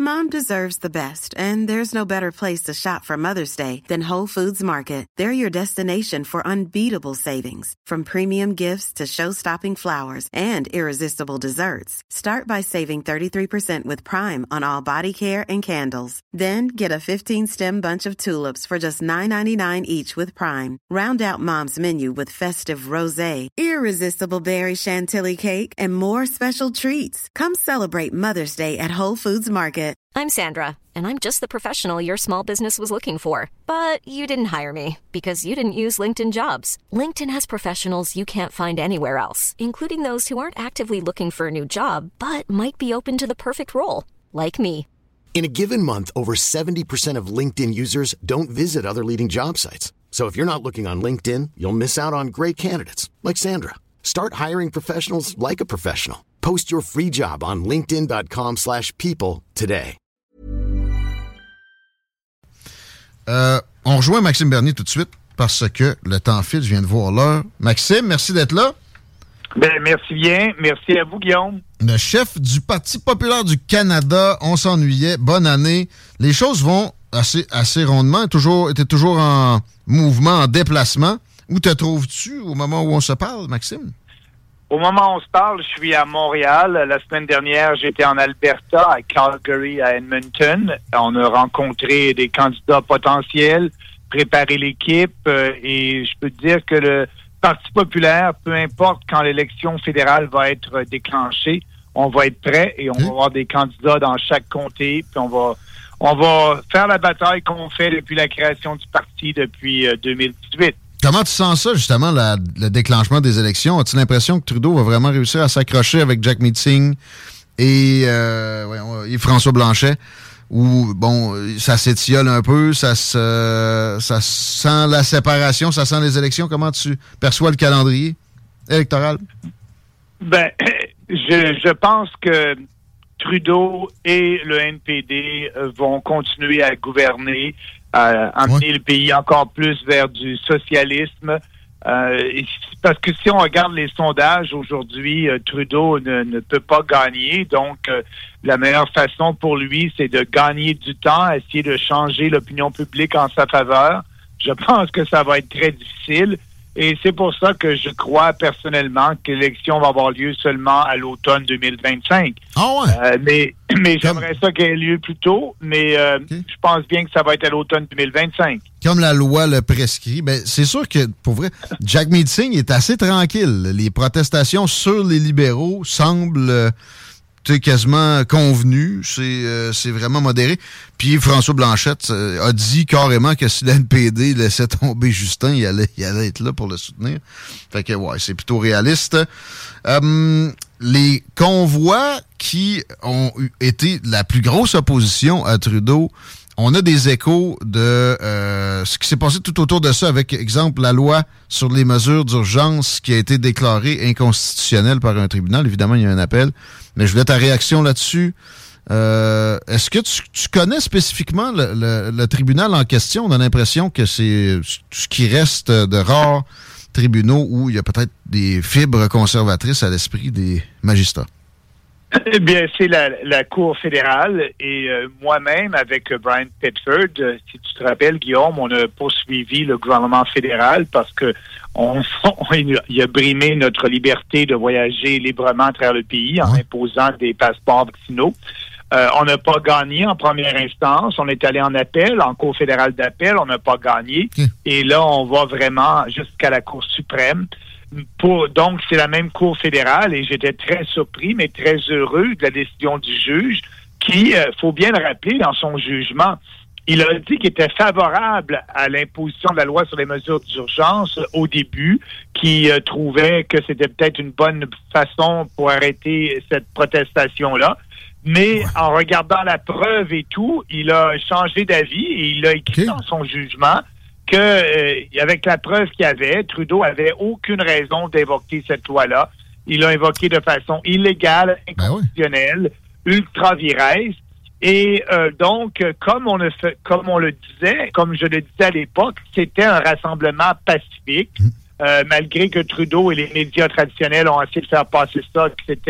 Mom deserves the best, and there's no better place to shop for Mother's Day than Whole Foods Market. They're your destination for unbeatable savings, from premium gifts to show-stopping flowers and irresistible desserts. Start by saving 33% with Prime on all body care and candles. Then get a 15-stem bunch of tulips for just $9.99 each with Prime. Round out Mom's menu with festive rosé, irresistible berry chantilly cake, and more special treats. Come celebrate Mother's Day at Whole Foods Market. I'm Sandra, and I'm just the professional your small business was looking for. But you didn't hire me because you didn't use LinkedIn Jobs. LinkedIn has professionals you can't find anywhere else, including those who aren't actively looking for a new job, but might be open to the perfect role, like me. In a given month, over 70% of LinkedIn users don't visit other leading job sites. So if you're not looking on LinkedIn, you'll miss out on great candidates, like Sandra. Start hiring professionals like a professional. Post your free job on linkedin.com/people today. On rejoint Maxime Bernier tout de suite parce que le temps file, je viens de voir l'heure. Maxime, merci d'être là. Ben, merci bien. Merci à vous, Guillaume. Le chef du Parti populaire du Canada, on s'ennuyait. Bonne année. Les choses vont assez rondement. T'es toujours en mouvement, en déplacement. Où te trouves-tu au moment où on se parle, Maxime? Au moment où on se parle, je suis à Montréal. La semaine dernière, j'étais en Alberta, à Calgary, à Edmonton. On a rencontré des candidats potentiels, préparé l'équipe et je peux te dire que le Parti populaire, peu importe quand l'élection fédérale va être déclenchée, on va être prêt et on va avoir des candidats dans chaque comté. Puis on va faire la bataille qu'on fait depuis la création du parti depuis 2018. Comment tu sens ça, justement, le déclenchement des élections? As-tu l'impression que Trudeau va vraiment réussir à s'accrocher avec Jack Meeting et François Blanchet? Ou, bon, ça s'étiole un peu, ça sent la séparation, ça sent les élections. Comment tu perçois le calendrier électoral? Ben, je pense que Trudeau et le NPD vont continuer à gouverner, à emmener le pays encore plus vers du socialisme. Parce que si on regarde les sondages aujourd'hui, Trudeau ne peut pas gagner. Donc, la meilleure façon pour lui, c'est de gagner du temps, essayer de changer l'opinion publique en sa faveur. Je pense que ça va être très difficile. Et c'est pour ça que je crois personnellement que l'élection va avoir lieu seulement à l'automne 2025. Ah ouais? Mais j'aimerais ça qu'elle ait lieu plus tôt, mais je pense bien que ça va être à l'automne 2025. Comme la loi le prescrit, ben c'est sûr que, pour vrai, Jack Meeting est assez tranquille. Les protestations sur les libéraux semblent quasiment convenues. C'est vraiment modéré. Puis François Blanchette a dit carrément que si l'NPD laissait tomber Justin, il allait être là pour le soutenir. Fait que, ouais, c'est plutôt réaliste. Les convois qui ont été la plus grosse opposition à Trudeau, on a des échos de ce qui s'est passé tout autour de ça, avec, exemple, la loi sur les mesures d'urgence qui a été déclarée inconstitutionnelle par un tribunal. Évidemment, il y a un appel. Mais je voulais ta réaction là-dessus. Est-ce que tu connais spécifiquement le tribunal en question? On a l'impression que c'est ce qui reste de rares tribunaux où il y a peut-être des fibres conservatrices à l'esprit des magistrats. Eh bien, c'est la Cour fédérale et moi-même, avec Brian Petford, si tu te rappelles, Guillaume, on a poursuivi le gouvernement fédéral parce que il a brimé notre liberté de voyager librement à travers le pays en imposant des passeports vaccinaux. On n'a pas gagné en première instance. On est allé en appel, en Cour fédérale d'appel. On n'a pas gagné. Et là, on va vraiment jusqu'à la Cour suprême. Donc, c'est la même Cour fédérale et j'étais très surpris, mais très heureux de la décision du juge qui, faut bien le rappeler, dans son jugement, il a dit qu'il était favorable à l'imposition de la loi sur les mesures d'urgence au début, qui trouvait que c'était peut-être une bonne façon pour arrêter cette protestation-là. Mais en regardant la preuve et tout, il a changé d'avis et il a écrit dans son jugement que, avec la preuve qu'il y avait, Trudeau avait aucune raison d'évoquer cette loi-là. Il l'a invoquée de façon illégale, inconstitutionnelle, ultra-vires. Et donc, comme on le disait, comme je le disais à l'époque, c'était un rassemblement pacifique, malgré que Trudeau et les médias traditionnels ont essayé de faire passer ça, que c'était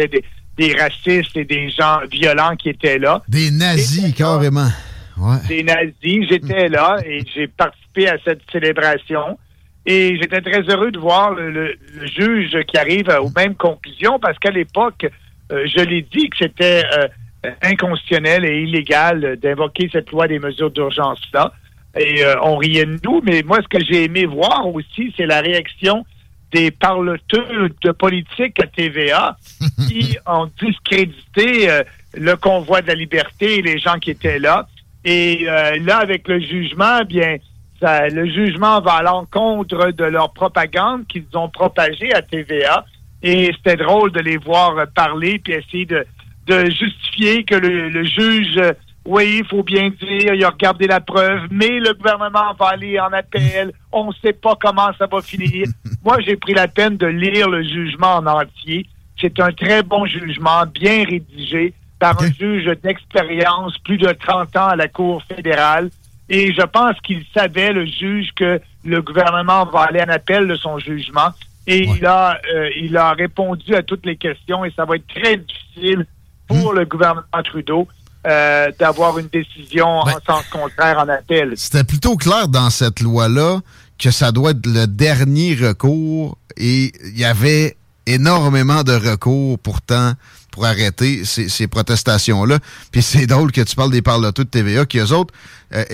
des racistes et des gens violents qui étaient là. Des nazis, carrément. Ouais. Des nazis. J'étais là et j'ai participé à cette célébration. Et j'étais très heureux de voir le juge qui arrive aux mêmes conclusions parce qu'à l'époque, je l'ai dit que c'était inconstitutionnel et illégal d'invoquer cette loi des mesures d'urgence-là. Et on riait de nous, mais moi, ce que j'ai aimé voir aussi, c'est la réaction des parloteurs de politique à TVA qui ont discrédité le convoi de la liberté et les gens qui étaient là. Et là, avec le jugement, bien, le jugement va à l'encontre de leur propagande qu'ils ont propagée à TVA. Et c'était drôle de les voir parler puis essayer de justifier que le juge, oui, il faut bien dire, il a regardé la preuve, mais le gouvernement va aller en appel. On ne sait pas comment ça va finir. Moi, j'ai pris la peine de lire le jugement en entier. C'est un très bon jugement, bien rédigé, par un juge d'expérience, plus de 30 ans à la Cour fédérale. Et je pense qu'il savait, le juge, que le gouvernement va aller en appel de son jugement. Et il a répondu à toutes les questions et ça va être très difficile pour le gouvernement Trudeau d'avoir une décision en sens contraire en appel. C'était plutôt clair dans cette loi-là que ça doit être le dernier recours et il y avait énormément de recours pourtant pour arrêter ces protestations-là. Puis c'est drôle que tu parles des parloteux de TVA qui, eux autres,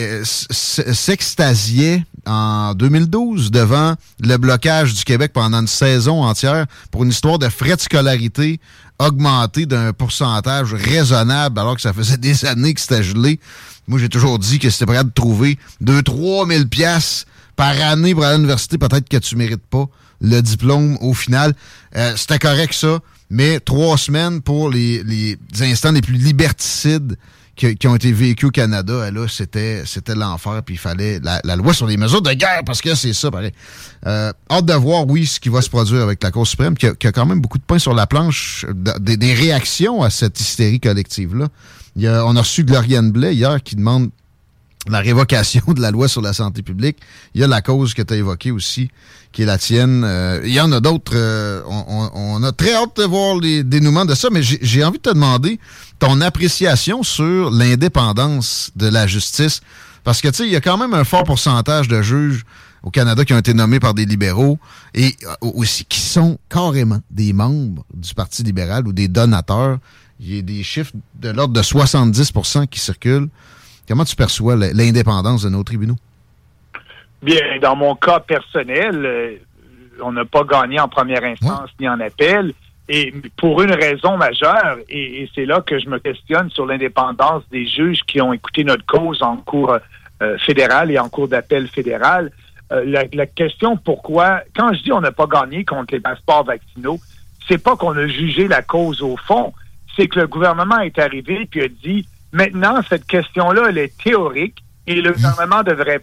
s'extasiaient en 2012 devant le blocage du Québec pendant une saison entière pour une histoire de frais de scolarité augmenté d'un pourcentage raisonnable alors que ça faisait des années que c'était gelé. Moi, j'ai toujours dit que c'était prêt de trouver 2-3 000 piastres par année pour aller à l'université. Peut-être que tu mérites pas le diplôme au final. C'était correct, ça. Mais 3 semaines pour les instants les plus liberticides qui ont été vécus au Canada, là, c'était l'enfer. Puis il fallait la loi sur les mesures de guerre, parce que c'est ça, pareil. Hâte de voir, oui, ce qui va se produire avec la Cour suprême, qui a quand même beaucoup de pain sur la planche, des réactions à cette hystérie collective-là. On a reçu Gloriane Blais hier qui demande la révocation de la loi sur la santé publique. Il y a la cause que tu as évoquée aussi, qui est la tienne. Il y en a d'autres. On a très hâte de voir les dénouements de ça, mais j'ai envie de te demander ton appréciation sur l'indépendance de la justice. Parce que, tu sais, il y a quand même un fort pourcentage de juges au Canada qui ont été nommés par des libéraux et aussi qui sont carrément des membres du Parti libéral ou des donateurs. Il y a des chiffres de l'ordre de 70% qui circulent. Comment tu perçois l'indépendance de nos tribunaux? Bien, dans mon cas personnel, on n'a pas gagné en première instance ni en appel, et pour une raison majeure, et c'est là que je me questionne sur l'indépendance des juges qui ont écouté notre cause en cour fédérale et en cour d'appel fédérale. La question pourquoi, quand je dis on n'a pas gagné contre les passeports vaccinaux, c'est pas qu'on a jugé la cause au fond, c'est que le gouvernement est arrivé puis a dit maintenant, cette question-là, elle est théorique et le gouvernement ne devrait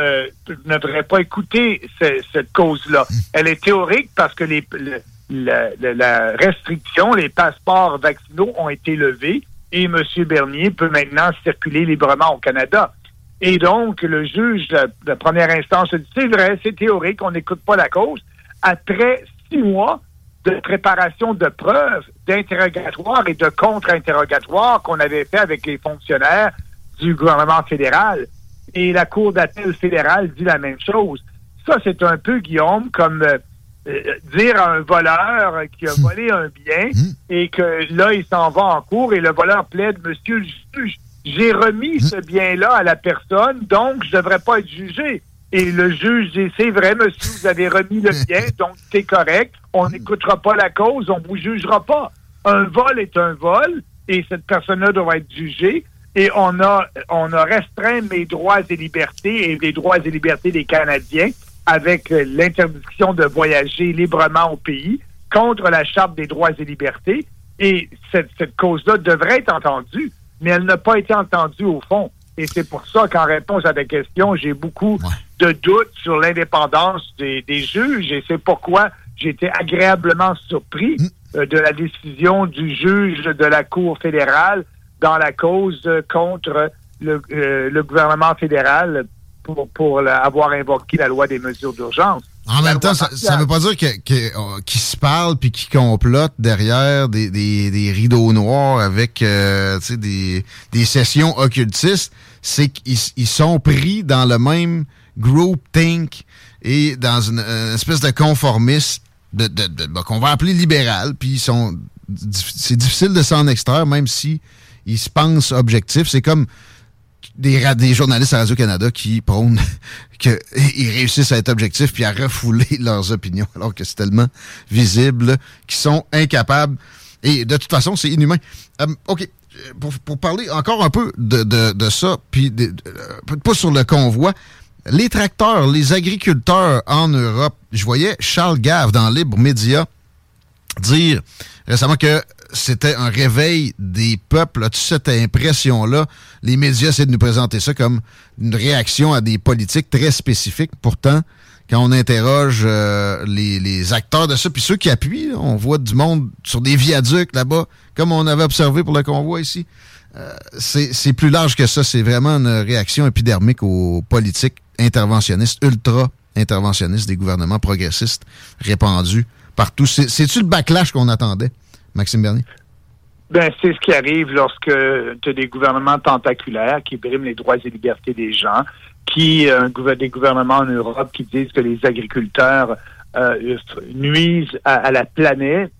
pas écouter cette cause-là. Elle est théorique parce que la restriction, les passeports vaccinaux ont été levés et M. Bernier peut maintenant circuler librement au Canada. Et donc, le juge de première instance a dit, c'est vrai, c'est théorique, on n'écoute pas la cause. Après 6 mois de préparation de preuves, d'interrogatoire et de contre-interrogatoire qu'on avait fait avec les fonctionnaires du gouvernement fédéral. Et la Cour d'appel fédérale dit la même chose. Ça, c'est un peu, Guillaume, comme dire à un voleur qui a volé un bien et que là, il s'en va en cour et le voleur plaide, monsieur le juge, j'ai remis ce bien-là à la personne, donc je ne devrais pas être jugé. Et le juge dit, c'est vrai, monsieur, vous avez remis le bien, donc c'est correct, on n'écoutera pas la cause, on vous jugera pas. Un vol est un vol, et cette personne-là doit être jugée, et on a restreint mes droits et libertés, et les droits et libertés des Canadiens, avec l'interdiction de voyager librement au pays, contre la Charte des droits et libertés, et cette cause-là devrait être entendue, mais elle n'a pas été entendue au fond. Et c'est pour ça qu'en réponse à ta question, j'ai beaucoup de doutes sur l'indépendance des juges. Et c'est pourquoi j'ai été agréablement surpris de la décision du juge de la Cour fédérale dans la cause contre le gouvernement fédéral pour avoir invoqué la loi des mesures d'urgence. En même temps, ça veut pas dire qu'ils se parlent puis qu'ils complotent derrière des rideaux noirs avec des sessions occultistes. C'est qu'ils sont pris dans le même groupthink et dans une espèce de conformisme qu'on va appeler libéral. Puis c'est difficile de s'en extraire, même si ils se pensent objectifs. C'est comme des journalistes à Radio-Canada qui prônent qu'ils réussissent à être objectifs puis à refouler leurs opinions, alors que c'est tellement visible qu'ils sont incapables. Et de toute façon, c'est inhumain. OK. Pour parler encore un peu de ça, puis pas sur le convoi, les tracteurs, les agriculteurs en Europe, je voyais Charles Gave dans Libre Média dire récemment que c'était un réveil des peuples. As-tu cette impression-là? Les médias essaient de nous présenter ça comme une réaction à des politiques très spécifiques. Pourtant, quand on interroge les acteurs de ça, puis ceux qui appuient, là, on voit du monde sur des viaducs là-bas, comme on avait observé pour le convoi ici. C'est plus large que ça. C'est vraiment une réaction épidermique aux politiques interventionnistes, ultra-interventionnistes des gouvernements progressistes répandus partout. C'est-tu le backlash qu'on attendait, Maxime Bernier? Ben, c'est ce qui arrive lorsque tu as des gouvernements tentaculaires qui briment les droits et libertés des gens, des gouvernements en Europe qui disent que les agriculteurs nuisent à la planète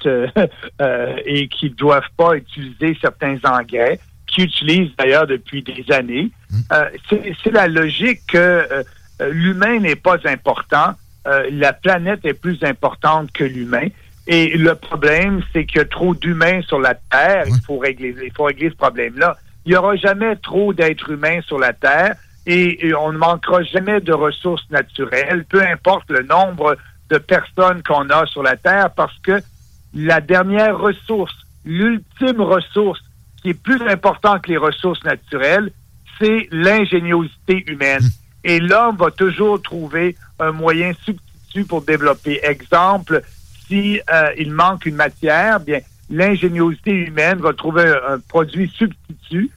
et qui ne doivent pas utiliser certains engrais, qui utilisent d'ailleurs depuis des années. C'est la logique que l'humain n'est pas important, la planète est plus importante que l'humain. Et le problème, c'est qu'il y a trop d'humains sur la Terre. Il faut régler ce problème-là. Il n'y aura jamais trop d'êtres humains sur la Terre et on ne manquera jamais de ressources naturelles, peu importe le nombre de personnes qu'on a sur la Terre, parce que la dernière ressource, l'ultime ressource qui est plus importante que les ressources naturelles, c'est l'ingéniosité humaine. Et l'homme va toujours trouver un moyen substitut pour développer. Exemple, si il manque une matière, bien l'ingéniosité humaine va trouver un produit substitut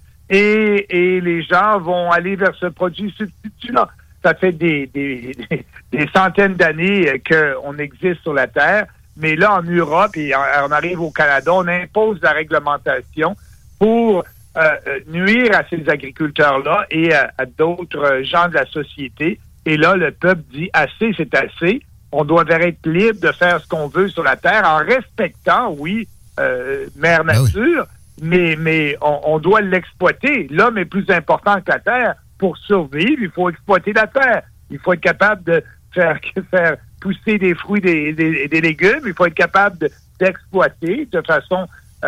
et les gens vont aller vers ce produit substitut-là. Ça fait des centaines d'années qu'on existe sur la Terre, mais là, en Europe, et on arrive au Canada, on impose la réglementation pour nuire à ces agriculteurs-là et à d'autres gens de la société. Et là, le peuple dit « assez, c'est assez ». On doit être libre de faire ce qu'on veut sur la Terre en respectant, oui, Mère Nature, mais on doit l'exploiter. L'homme est plus important que la Terre. Pour survivre, il faut exploiter la Terre. Il faut être capable de faire pousser des fruits, des légumes. Il faut être capable d'exploiter de façon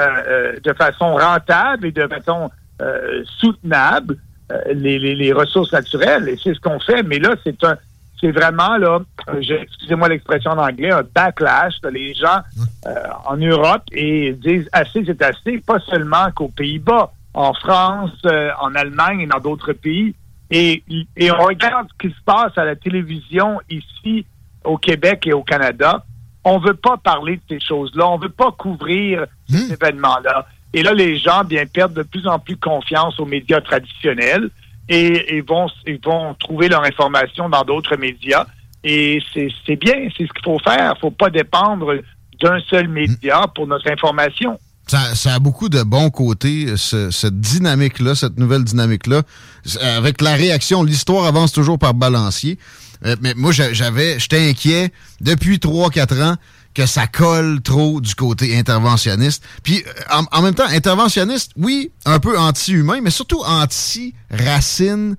rentable et de façon soutenable les ressources naturelles. Et c'est ce qu'on fait. Mais là, c'est vraiment, là, excusez-moi l'expression en anglais, un backlash. Les gens en Europe et disent assez, c'est assez, pas seulement qu'aux Pays-Bas, en France, en Allemagne et dans d'autres pays. Et on regarde ce qui se passe à la télévision ici, au Québec et au Canada. On veut pas parler de ces choses-là. On veut pas couvrir ces événements-là. Et là, les gens, bien, perdent de plus en plus confiance aux médias traditionnels et vont trouver leur information dans d'autres médias. Et c'est bien, c'est ce qu'il faut faire. Il faut pas dépendre d'un seul média pour notre information. Ça a beaucoup de bons côtés, cette dynamique-là, cette nouvelle dynamique-là. Avec la réaction, l'histoire avance toujours par balancier. Mais moi, j'étais inquiet depuis 3-4 ans que ça colle trop du côté interventionniste. Puis, en même temps, interventionniste, oui, un peu anti-humain, mais surtout anti-racine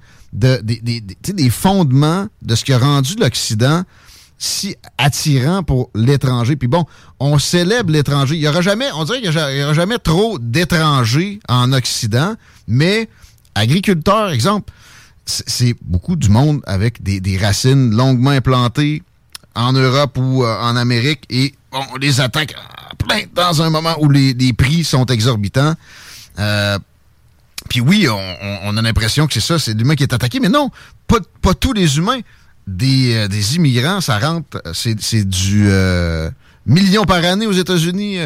des fondements de ce qui a rendu l'Occident si attirant pour l'étranger. Puis bon, on célèbre l'étranger. On dirait qu'il n'y aura jamais trop d'étrangers en Occident, mais agriculteurs, exemple, c'est beaucoup du monde avec des racines longuement implantées en Europe ou en Amérique, et on les attaque dans un moment où les prix sont exorbitants. Puis oui, on a l'impression que c'est ça, c'est l'humain qui est attaqué, mais non, pas tous les humains. Des immigrants, ça rentre, c'est du million par année aux États-Unis,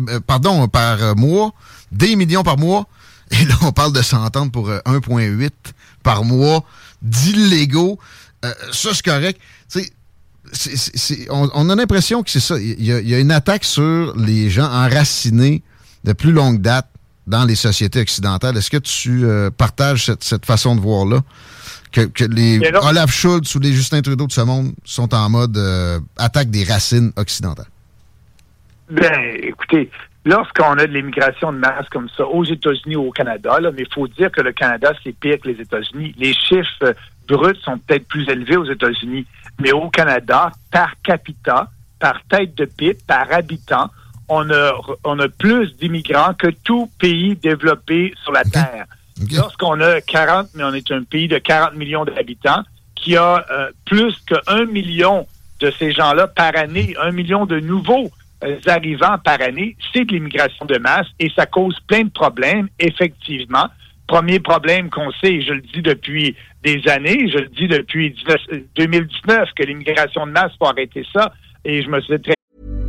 par mois, des millions par mois. Et là, on parle de s'entendre pour 1,8 par mois d'illégaux. Ça, c'est correct. T'sais, on a l'impression que c'est ça. Il y a une attaque sur les gens enracinés de plus longue date dans les sociétés occidentales. Est-ce que tu partages cette façon de voir-là? Que les Olaf Schultz ou les Justin Trudeau de ce monde sont en mode attaque des racines occidentales? Ben, écoutez, lorsqu'on a de l'immigration de masse comme ça aux États-Unis ou au Canada, là, mais il faut dire que le Canada, c'est pire que les États-Unis. Les chiffres bruts sont peut-être plus élevés aux États-Unis, mais au Canada, par capita, par tête de PIB, par habitant, on a plus d'immigrants que tout pays développé sur la Terre. Okay. Lorsqu'on a on est un pays de 40 millions d'habitants qui a plus que 1 million de ces gens-là par année, 1 million de nouveaux arrivants par année, c'est de l'immigration de masse et ça cause plein de problèmes, effectivement. Premier problème qu'on sait, et je le dis depuis des années, je le dis depuis 2019, que l'immigration de masse, faut arrêter ça, et je me suis très...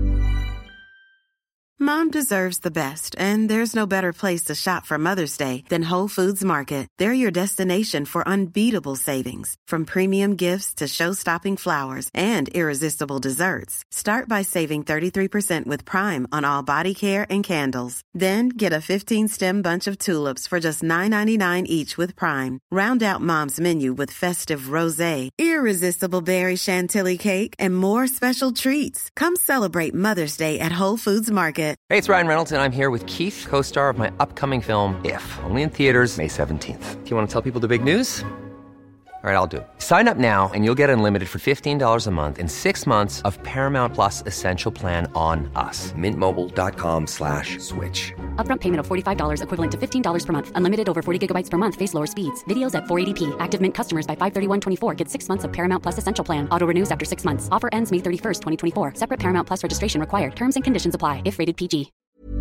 Mom deserves the best, and there's no better place to shop for Mother's Day than Whole Foods Market. They're your destination for unbeatable savings, from premium gifts to show-stopping flowers and irresistible desserts. Start by saving 33% with Prime on all body care and candles. Then get a 15-stem bunch of tulips for just $9.99 each with Prime. Round out Mom's menu with festive rosé, irresistible berry chantilly cake, and more special treats. Come celebrate Mother's Day at Whole Foods Market. Hey, it's Ryan Reynolds, and I'm here with Keith, co-star of my upcoming film, If, only in theaters May 17th. Do you want to tell people the big news? All right, I'll do it. Sign up now and you'll get unlimited for $15 a month and 6 months of Paramount Plus Essential Plan on us. MintMobile.com/switch. Upfront payment of $45 equivalent to $15 per month. Unlimited over 40 gigabytes per month. Face lower speeds. Videos at 480p. Active Mint customers by 531.24 get 6 months of Paramount Plus Essential Plan. Auto renews after 6 months. Offer ends May 31st, 2024. Separate Paramount Plus registration required. Terms and conditions apply if rated PG.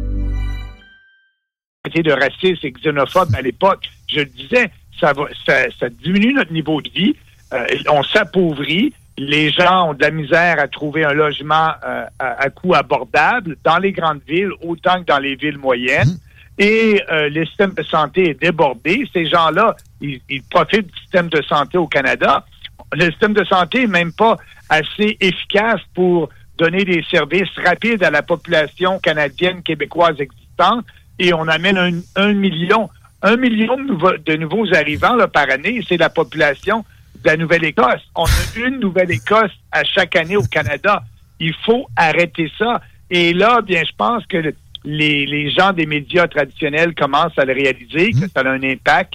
De racisme et xénophobe à l'époque, je le disais, ça diminue notre niveau de vie, on s'appauvrit, les gens ont de la misère à trouver un logement à coût abordable dans les grandes villes autant que dans les villes moyennes, et le système de santé est débordé. Ces gens-là, ils profitent du système de santé au Canada. Le système de santé n'est même pas assez efficace pour donner des services rapides à la population canadienne, québécoise existante, et on amène un million de nouveaux arrivants là, par année. C'est la population de la Nouvelle-Écosse. On a une Nouvelle-Écosse à chaque année au Canada. Il faut arrêter ça. Et là, bien, je pense que les gens des médias traditionnels commencent à le réaliser, que ça a un impact.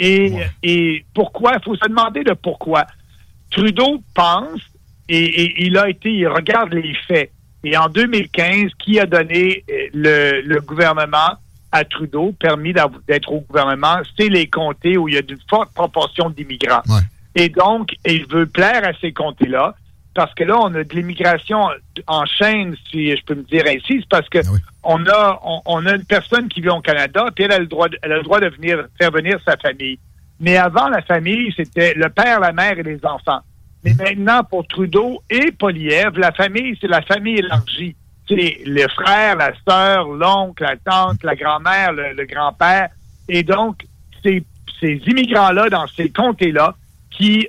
Et pourquoi? Il faut se demander le pourquoi. Trudeau pense, et il regarde les faits. Et en 2015, qui a donné le gouvernement à Trudeau, permis d'être au gouvernement, c'est les comtés où il y a une forte proportion d'immigrants. Ouais. Et donc, il veut plaire à ces comtés-là, parce que là, on a de l'immigration en chaîne, si je peux me dire ainsi, c'est parce que on a une personne qui vit au Canada, puis elle a le droit de faire venir sa famille. Mais avant, la famille, c'était le père, la mère et les enfants. Mais maintenant, pour Trudeau et Poilievre, la famille, c'est la famille élargie. C'est le frère, la sœur, l'oncle, la tante, la grand-mère, le grand-père. Et donc, ces immigrants-là, dans ces comtés-là, qui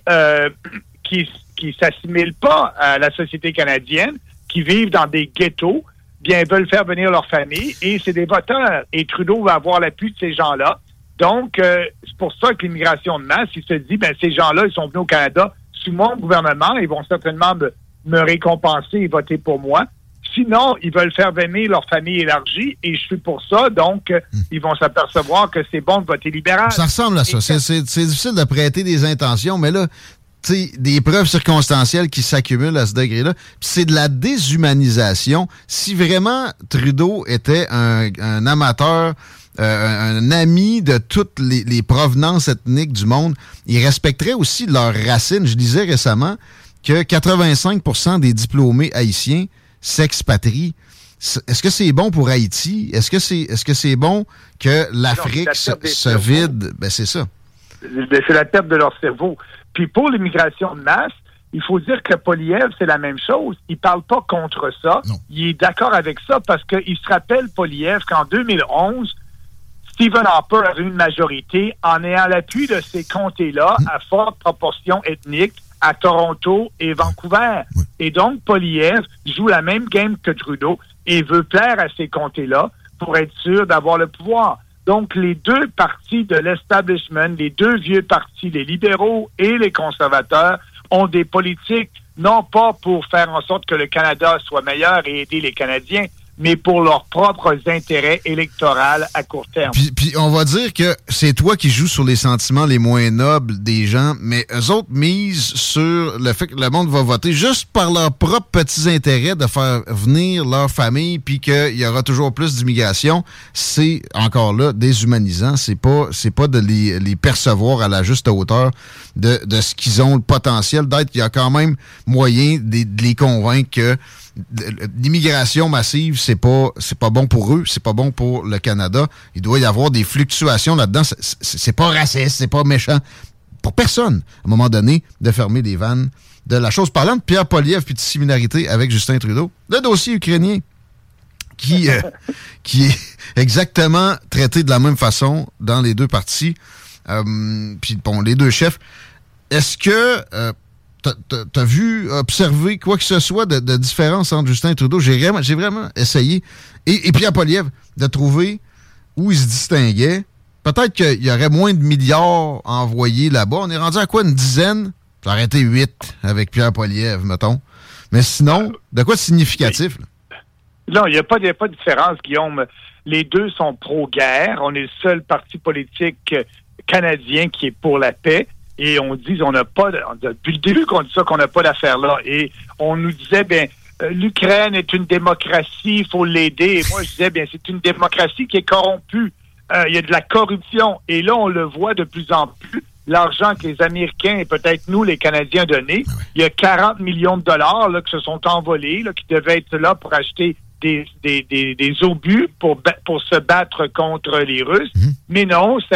s'assimilent pas à la société canadienne, qui vivent dans des ghettos, bien, veulent faire venir leur famille, et c'est des voteurs. Et Trudeau va avoir l'appui de ces gens-là. Donc, c'est pour ça que l'immigration de masse, il se dit, ben ces gens-là, ils sont venus au Canada sous mon gouvernement, ils vont certainement me récompenser et voter pour moi. Sinon, ils veulent faire venir leur famille élargie et je suis pour ça. Donc, ils vont s'apercevoir que c'est bon de voter libéral. Ça ressemble à ça. C'est difficile de prêter des intentions, mais là, tu sais, des preuves circonstancielles qui s'accumulent à ce degré-là. Puis c'est de la déshumanisation. Si vraiment Trudeau était un amateur, un ami de toutes les provenances ethniques du monde, il respecterait aussi leurs racines. Je disais récemment que 85% des diplômés haïtiens s'expatrient. Est-ce que c'est bon pour Haïti? Est-ce que c'est bon que l'Afrique se vide? Ben, c'est ça. C'est la perte de leur cerveau. Puis pour l'immigration de masse, il faut dire que Poilievre, c'est la même chose. Il parle pas contre ça. Non. Il est d'accord avec ça parce qu'il se rappelle, Poilievre, qu'en 2011, Stephen Harper avait une majorité en ayant l'appui de ces comtés-là à forte proportion ethnique, à Toronto et Vancouver. Oui. Et donc, Poilievre joue la même game que Trudeau et veut plaire à ces comtés-là pour être sûr d'avoir le pouvoir. Donc, les deux partis de l'establishment, les deux vieux partis, les libéraux et les conservateurs, ont des politiques non pas pour faire en sorte que le Canada soit meilleur et aider les Canadiens, mais pour leurs propres intérêts électoraux à court terme. Puis on va dire que c'est toi qui joues sur les sentiments les moins nobles des gens, mais eux autres misent sur le fait que le monde va voter juste par leurs propres petits intérêts de faire venir leur famille, puis qu'il y aura toujours plus d'immigration. C'est encore là déshumanisant. C'est pas de les percevoir à la juste hauteur de ce qu'ils ont le potentiel d'être. Il y a quand même moyen de les convaincre que l'immigration massive, c'est pas bon pour eux, c'est pas bon pour le Canada. Il doit y avoir des fluctuations là-dedans. C'est pas raciste, c'est pas méchant. Pour personne, à un moment donné, de fermer les vannes de la chose. Parlant de Pierre Poilievre puis de similarité avec Justin Trudeau, le dossier ukrainien qui est exactement traité de la même façon dans les deux partis. Puis bon, les deux chefs. Est-ce que t'as vu, observé quoi que ce soit de différence entre Justin et Trudeau? J'ai vraiment essayé, et Pierre Poilievre, de trouver où il se distinguait. Peut-être qu'il y aurait moins de milliards envoyés là-bas. On est rendu à quoi, une dizaine? J'aurais été 8 avec Pierre Poilievre, mettons. Mais sinon, de quoi de significatif? Là? Non, il n'y a pas de différence, Guillaume. Les deux sont pro-guerre. On est le seul parti politique canadien qui est pour la paix. Et on dit, on n'a pas, depuis le début qu'on dit ça, qu'on n'a pas d'affaire là. Et on nous disait, l'Ukraine est une démocratie, il faut l'aider. Et moi, je disais, c'est une démocratie qui est corrompue. Il y a de la corruption. Et là, on le voit de plus en plus. L'argent que les Américains et peut-être nous, les Canadiens, donnés, il y a 40 millions de dollars là, qui se sont envolés, là, qui devaient être là pour acheter des obus pour se battre contre les Russes. Mais non, ça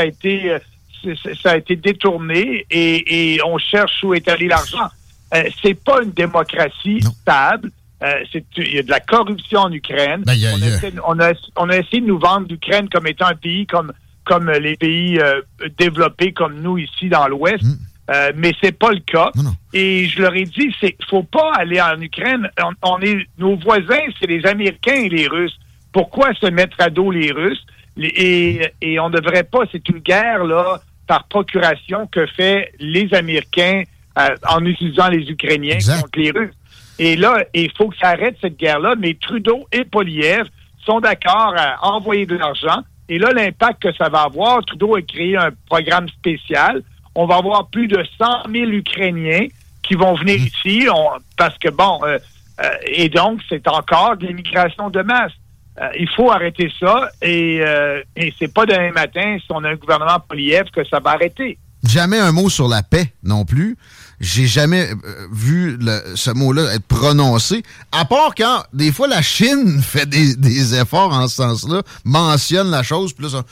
a été détourné et on cherche où est allé l'argent. C'est pas une démocratie stable. Il y a de la corruption en Ukraine. On a essayé de nous vendre l'Ukraine comme étant un pays comme les pays développés comme nous ici dans l'Ouest. Mais c'est pas le cas. Non. Et je leur ai dit, faut pas aller en Ukraine. Nos voisins, c'est les Américains et les Russes. Pourquoi se mettre à dos les Russes? Et on ne devrait pas, c'est une guerre là par procuration que fait les Américains en utilisant les Ukrainiens contre les Russes. Et là, il faut que ça arrête cette guerre-là, mais Trudeau et Poilievre sont d'accord à envoyer de l'argent. Et là, l'impact que ça va avoir, Trudeau a créé un programme spécial. On va avoir plus de 100 000 Ukrainiens qui vont venir ici, parce que et donc, c'est encore de l'immigration de masse. Il faut arrêter ça et c'est pas demain matin, si on a un gouvernement Poilievre, que ça va arrêter. Jamais un mot sur la paix non plus. J'ai jamais vu ce mot-là être prononcé, à part quand, des fois, la Chine fait des efforts en ce sens-là, mentionne la chose, puis là,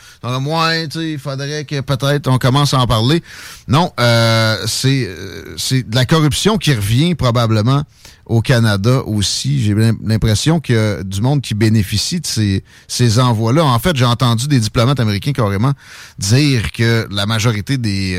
il faudrait que peut-être on commence à en parler. Non, c'est de la corruption qui revient probablement au Canada aussi. J'ai l'impression qu'il y a du monde qui bénéficie de ces envois-là. En fait, j'ai entendu des diplomates américains carrément dire que la majorité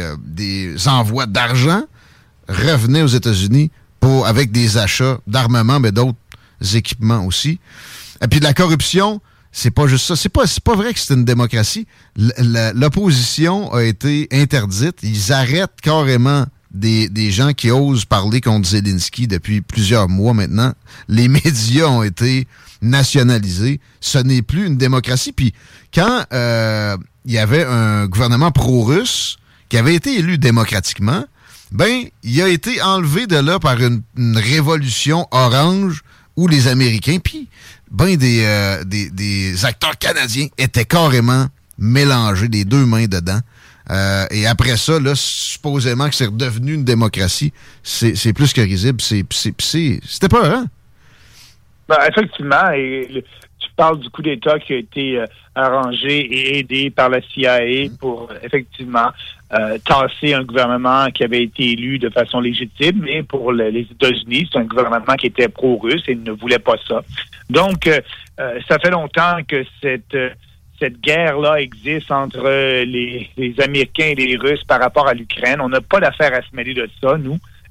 des envois d'argent revenaient aux États-Unis avec des achats d'armement, mais d'autres équipements aussi. Et puis de la corruption, c'est pas juste ça. C'est pas vrai que c'est une démocratie. L'opposition a été interdite. Ils arrêtent carrément des gens qui osent parler contre Zelensky depuis plusieurs mois maintenant. Les médias ont été nationalisés. Ce n'est plus une démocratie. Puis quand il y avait un gouvernement pro-russe qui avait été élu démocratiquement, il a été enlevé de là par une révolution orange où les Américains, puis des acteurs canadiens étaient carrément mélangés, les deux mains dedans. Et après ça, là, supposément que c'est redevenu une démocratie, c'est plus que risible. C'était peur, hein? Effectivement, et tu parles du coup d'État qui a été arrangé et aidé par la CIA pour effectivement tasser un gouvernement qui avait été élu de façon légitime, mais pour les États-Unis, c'est un gouvernement qui était pro-russe et ne voulait pas ça. Donc, ça fait longtemps que cette guerre-là existe entre les Américains et les Russes par rapport à l'Ukraine. On n'a pas d'affaire à se mêler de ça, nous.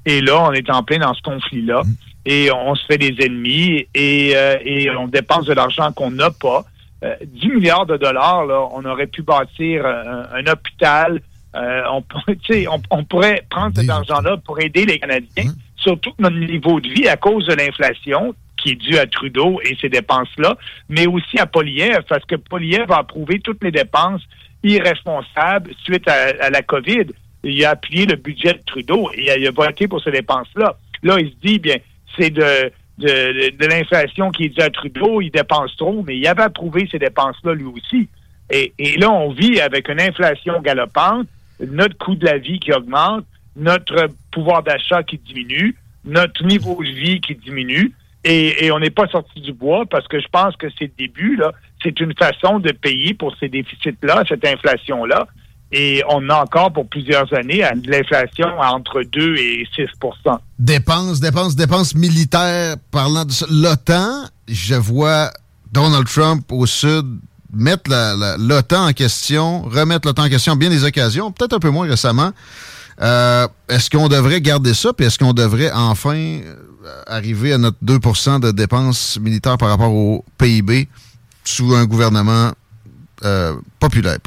Et là, on est en plein dans ce conflit-là. Et on se fait des ennemis et on dépense de l'argent qu'on n'a pas. 10 milliards de dollars, là, on aurait pu bâtir un hôpital. On pourrait prendre cet argent-là pour aider les Canadiens, surtout notre niveau de vie à cause de l'inflation qui est due à Trudeau et ses dépenses-là, mais aussi à Poilievre, parce que Poilievre a approuvé toutes les dépenses irresponsables suite à la COVID. Il a appuyé le budget de Trudeau et il a voté pour ces dépenses-là. Là, il se dit, bien, c'est de l'inflation qui est due à Trudeau, il dépense trop, mais il avait approuvé ces dépenses-là lui aussi. Et là, on vit avec une inflation galopante, notre coût de la vie qui augmente, notre pouvoir d'achat qui diminue, notre niveau de vie qui diminue, et on n'est pas sorti du bois parce que je pense que c'est le début, là, c'est une façon de payer pour ces déficits-là, cette inflation-là, et on a encore pour plusieurs années de l'inflation entre 2 et 6 %. Dépenses militaires, parlant de ça. L'OTAN, je vois Donald Trump au Sud mettre l'OTAN en question, remettre l'OTAN en question à bien des occasions, peut-être un peu moins récemment. Est-ce qu'on devrait garder ça, puis est-ce qu'on devrait enfin arriver à notre 2 % de dépenses militaires par rapport au PIB sous un gouvernement populaire?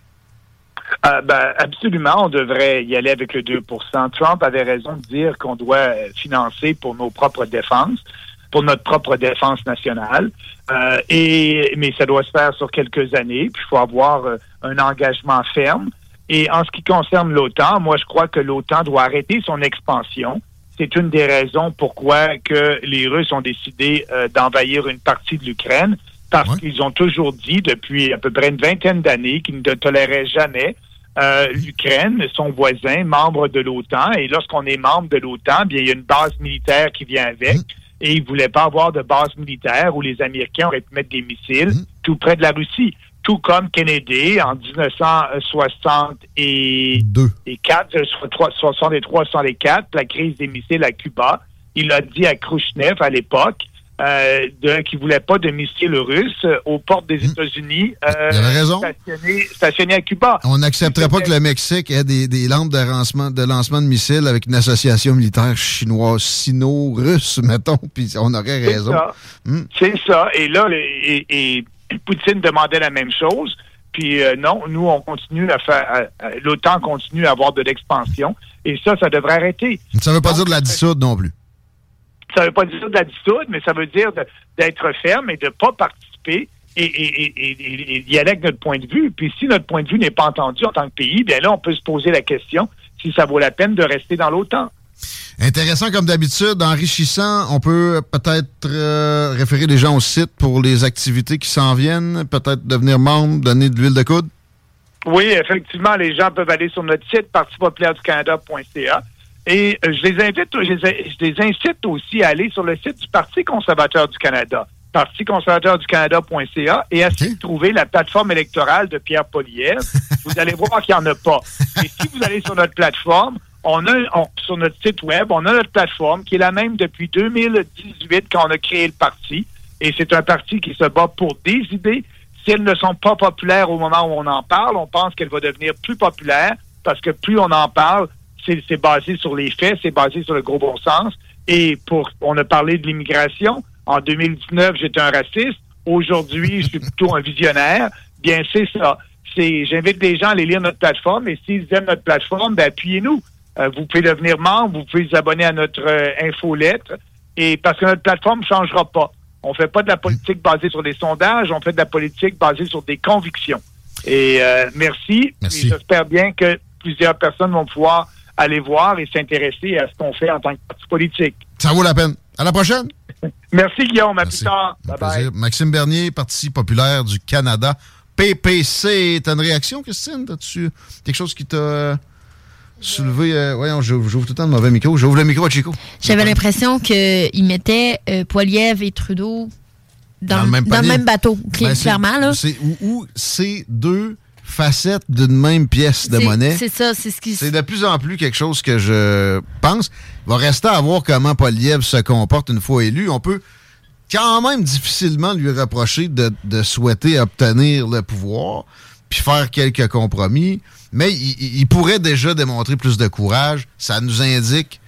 Absolument, on devrait y aller avec le 2 %. Trump avait raison de dire qu'on doit financer pour nos propres défenses, pour notre propre défense nationale. Mais ça doit se faire sur quelques années, puis il faut avoir un engagement ferme. Et en ce qui concerne l'OTAN, moi, je crois que l'OTAN doit arrêter son expansion. C'est une des raisons pourquoi que les Russes ont décidé d'envahir une partie de l'Ukraine, parce qu'ils ont toujours dit, depuis à peu près une vingtaine d'années, qu'ils ne toléraient jamais l'Ukraine, son voisin, membre de l'OTAN. Et lorsqu'on est membre de l'OTAN, bien, il y a une base militaire qui vient avec. Et ils ne voulaient pas avoir de base militaire où les Américains auraient pu mettre des missiles tout près de la Russie. Tout comme Kennedy, en 1963-64, la crise des missiles à Cuba, il a dit à Khrouchtchev à l'époque qu'il ne voulait pas de missiles russes aux portes des États-Unis stationnés à Cuba. On n'accepterait pas que le Mexique ait des lampes de lancement de missiles avec une association militaire chinoise, sino-russe, mettons, puis on aurait raison. C'est ça. Et là, Poutine demandait la même chose. Puis non, nous, on continue à faire... l'OTAN continue à avoir de l'expansion. Et ça devrait arrêter. Ça ne veut pas dire de la dissoudre non plus. Ça ne veut pas dire de la dissoudre, mais ça veut dire d'être ferme et de ne pas participer et y aller avec notre point de vue. Puis si notre point de vue n'est pas entendu en tant que pays, bien là, on peut se poser la question si ça vaut la peine de rester dans l'OTAN. Intéressant comme d'habitude, enrichissant. On peut peut-être référer les gens au site pour les activités qui s'en viennent, peut-être devenir membre, donner de l'huile de coude. Oui, effectivement, les gens peuvent aller sur notre site partipopulaireducanada.ca. Et je les incite aussi à aller sur le site du Parti conservateur du Canada, particonservateurducanada.ca, et à essayer de trouver la plateforme électorale de Pierre Poilievre. Vous allez voir qu'il n'y en a pas. Et si vous allez sur notre plateforme, sur notre site web, on a notre plateforme qui est la même depuis 2018 quand on a créé le parti. Et c'est un parti qui se bat pour des idées. Si elles ne sont pas populaires au moment où on en parle, on pense qu'elle va devenir plus populaire parce que plus on en parle, c'est basé sur les faits, c'est basé sur le gros bon sens. Et on a parlé de l'immigration. En 2019, j'étais un raciste. Aujourd'hui, je suis plutôt un visionnaire. Bien, c'est ça. J'invite les gens à aller lire notre plateforme et s'ils aiment notre plateforme, ben, appuyez-nous. Vous pouvez devenir membre, vous pouvez vous abonner à notre infolettre. Et parce que notre plateforme ne changera pas. On fait pas de la politique basée sur des sondages, on fait de la politique basée sur des convictions. Et merci. Et j'espère bien que plusieurs personnes vont pouvoir aller voir et s'intéresser à ce qu'on fait en tant que parti politique. Ça vaut la peine. À la prochaine. Merci, Guillaume. À plus tard. Bye-bye. Maxime Bernier, Parti populaire du Canada. PPC. T'as une réaction, Christine? T'as-tu quelque chose qui t'a soulevé? Voyons, j'ouvre tout le temps le mauvais micro. J'ouvre le micro à Chico. J'avais l'impression qu'il mettait Poilievre et Trudeau dans le même bateau, clairement. Là. C'est deux facettes d'une même pièce de monnaie. C'est ça, c'est ce qui... C'est de plus en plus quelque chose que je pense. Il va rester à voir comment Poilievre se comporte une fois élu. On peut quand même difficilement lui reprocher de souhaiter obtenir le pouvoir puis faire quelques compromis. Mais il pourrait déjà démontrer plus de courage. Ça nous indique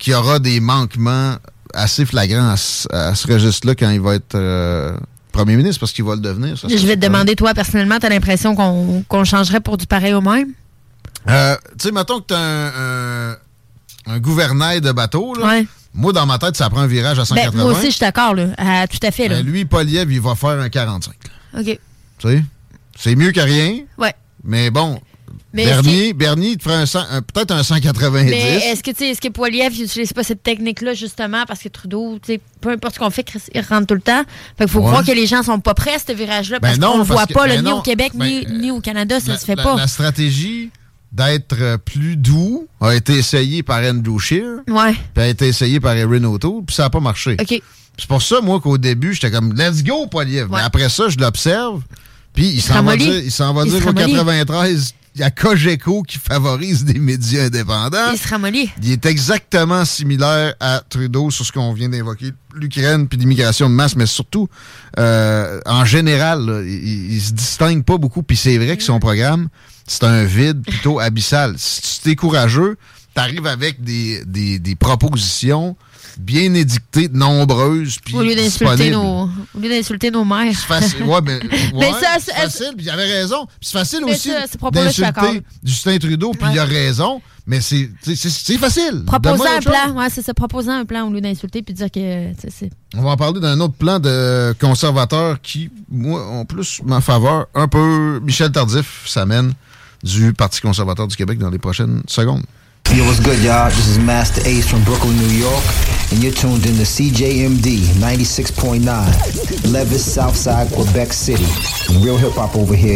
qu'il y aura des manquements assez flagrants à ce registre-là quand il va être premier ministre, parce qu'il va le devenir. Je vais te demander, toi, personnellement, tu as l'impression qu'on changerait pour du pareil au même? Tu sais, mettons que tu as un gouvernail de bateau, là. Ouais. Moi, dans ma tête, ça prend un virage à 180. Moi aussi, je suis d'accord, là. Tout à fait, là. Lui, Poilievre, il va faire un 45. Là. OK. Tu sais, c'est mieux que rien. Ouais. Mais bon, Bernier, il te ferait peut-être un 190. Mais est-ce que Poilievre n'utilise pas cette technique-là, justement, parce que Trudeau, peu importe ce qu'on fait, il rentre tout le temps. Fait qu'il faut croire que les gens sont pas prêts à ce virage-là, parce qu'on le voit pas, ni au Québec, ni au Canada, ça se fait pas. La stratégie d'être plus doux a été essayée par Andrew Scheer, puis a été essayée par Erin O'Toole, puis ça n'a pas marché. OK. C'est pour ça, moi, qu'au début, j'étais comme « Let's go, Poilievre ». Mais après ça, je l'observe, puis il s'en va dire au 93, il y a Cogeco qui favorise des médias indépendants. Il se ramollit. Il est exactement similaire à Trudeau sur ce qu'on vient d'évoquer, l'Ukraine puis l'immigration de masse, mais surtout, en général, là, il se distingue pas beaucoup, puis c'est vrai que son programme, c'est un vide plutôt abyssal. Si tu es courageux, t'arrives avec des propositions bien édictées, nombreuses, puis disponibles. Au lieu d'insulter nos mères. C'est facile, c'est facile, puis il avait raison. Puis c'est facile aussi d'insulter Justin Trudeau, puis il a raison, mais c'est facile. Proposer un plan, c'est ça, proposer un plan au lieu d'insulter, puis dire que... On va en parler d'un autre plan de conservateurs qui, moi, ont plus ma faveur. Un peu, Michel Tardif s'amène du Parti conservateur du Québec dans les prochaines secondes. Yo, what's good, y'all? This is Master Ace from Brooklyn, New York, and you're tuned in to CJMD 96.9, Levis, Southside, Quebec City. Real hip-hop over here.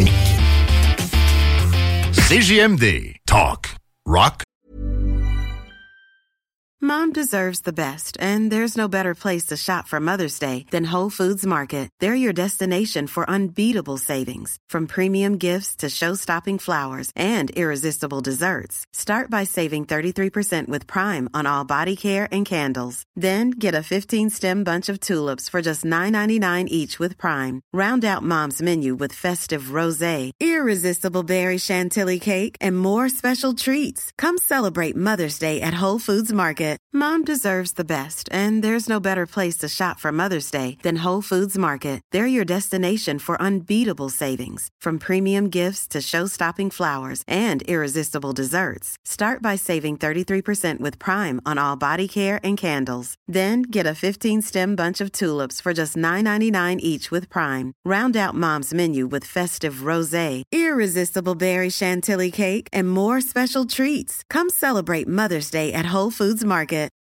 CJMD. Talk. Rock. Mom deserves the best, and there's no better place to shop for Mother's Day than Whole Foods Market. They're your destination for unbeatable savings, from premium gifts to show-stopping flowers and irresistible desserts. Start by saving 33% with Prime on all body care and candles. Then get a 15-stem bunch of tulips for just $9.99 each with Prime. Round out Mom's menu with festive rosé, irresistible berry chantilly cake, and more special treats. Come celebrate Mother's Day at Whole Foods Market. Mom deserves the best, and there's no better place to shop for Mother's Day than Whole Foods Market. They're your destination for unbeatable savings, from premium gifts to show-stopping flowers and irresistible desserts. Start by saving 33% with Prime on all body care and candles. Then get a 15-stem bunch of tulips for just $9.99 each with Prime. Round out Mom's menu with festive rosé, irresistible berry chantilly cake, and more special treats. Come celebrate Mother's Day at Whole Foods Market.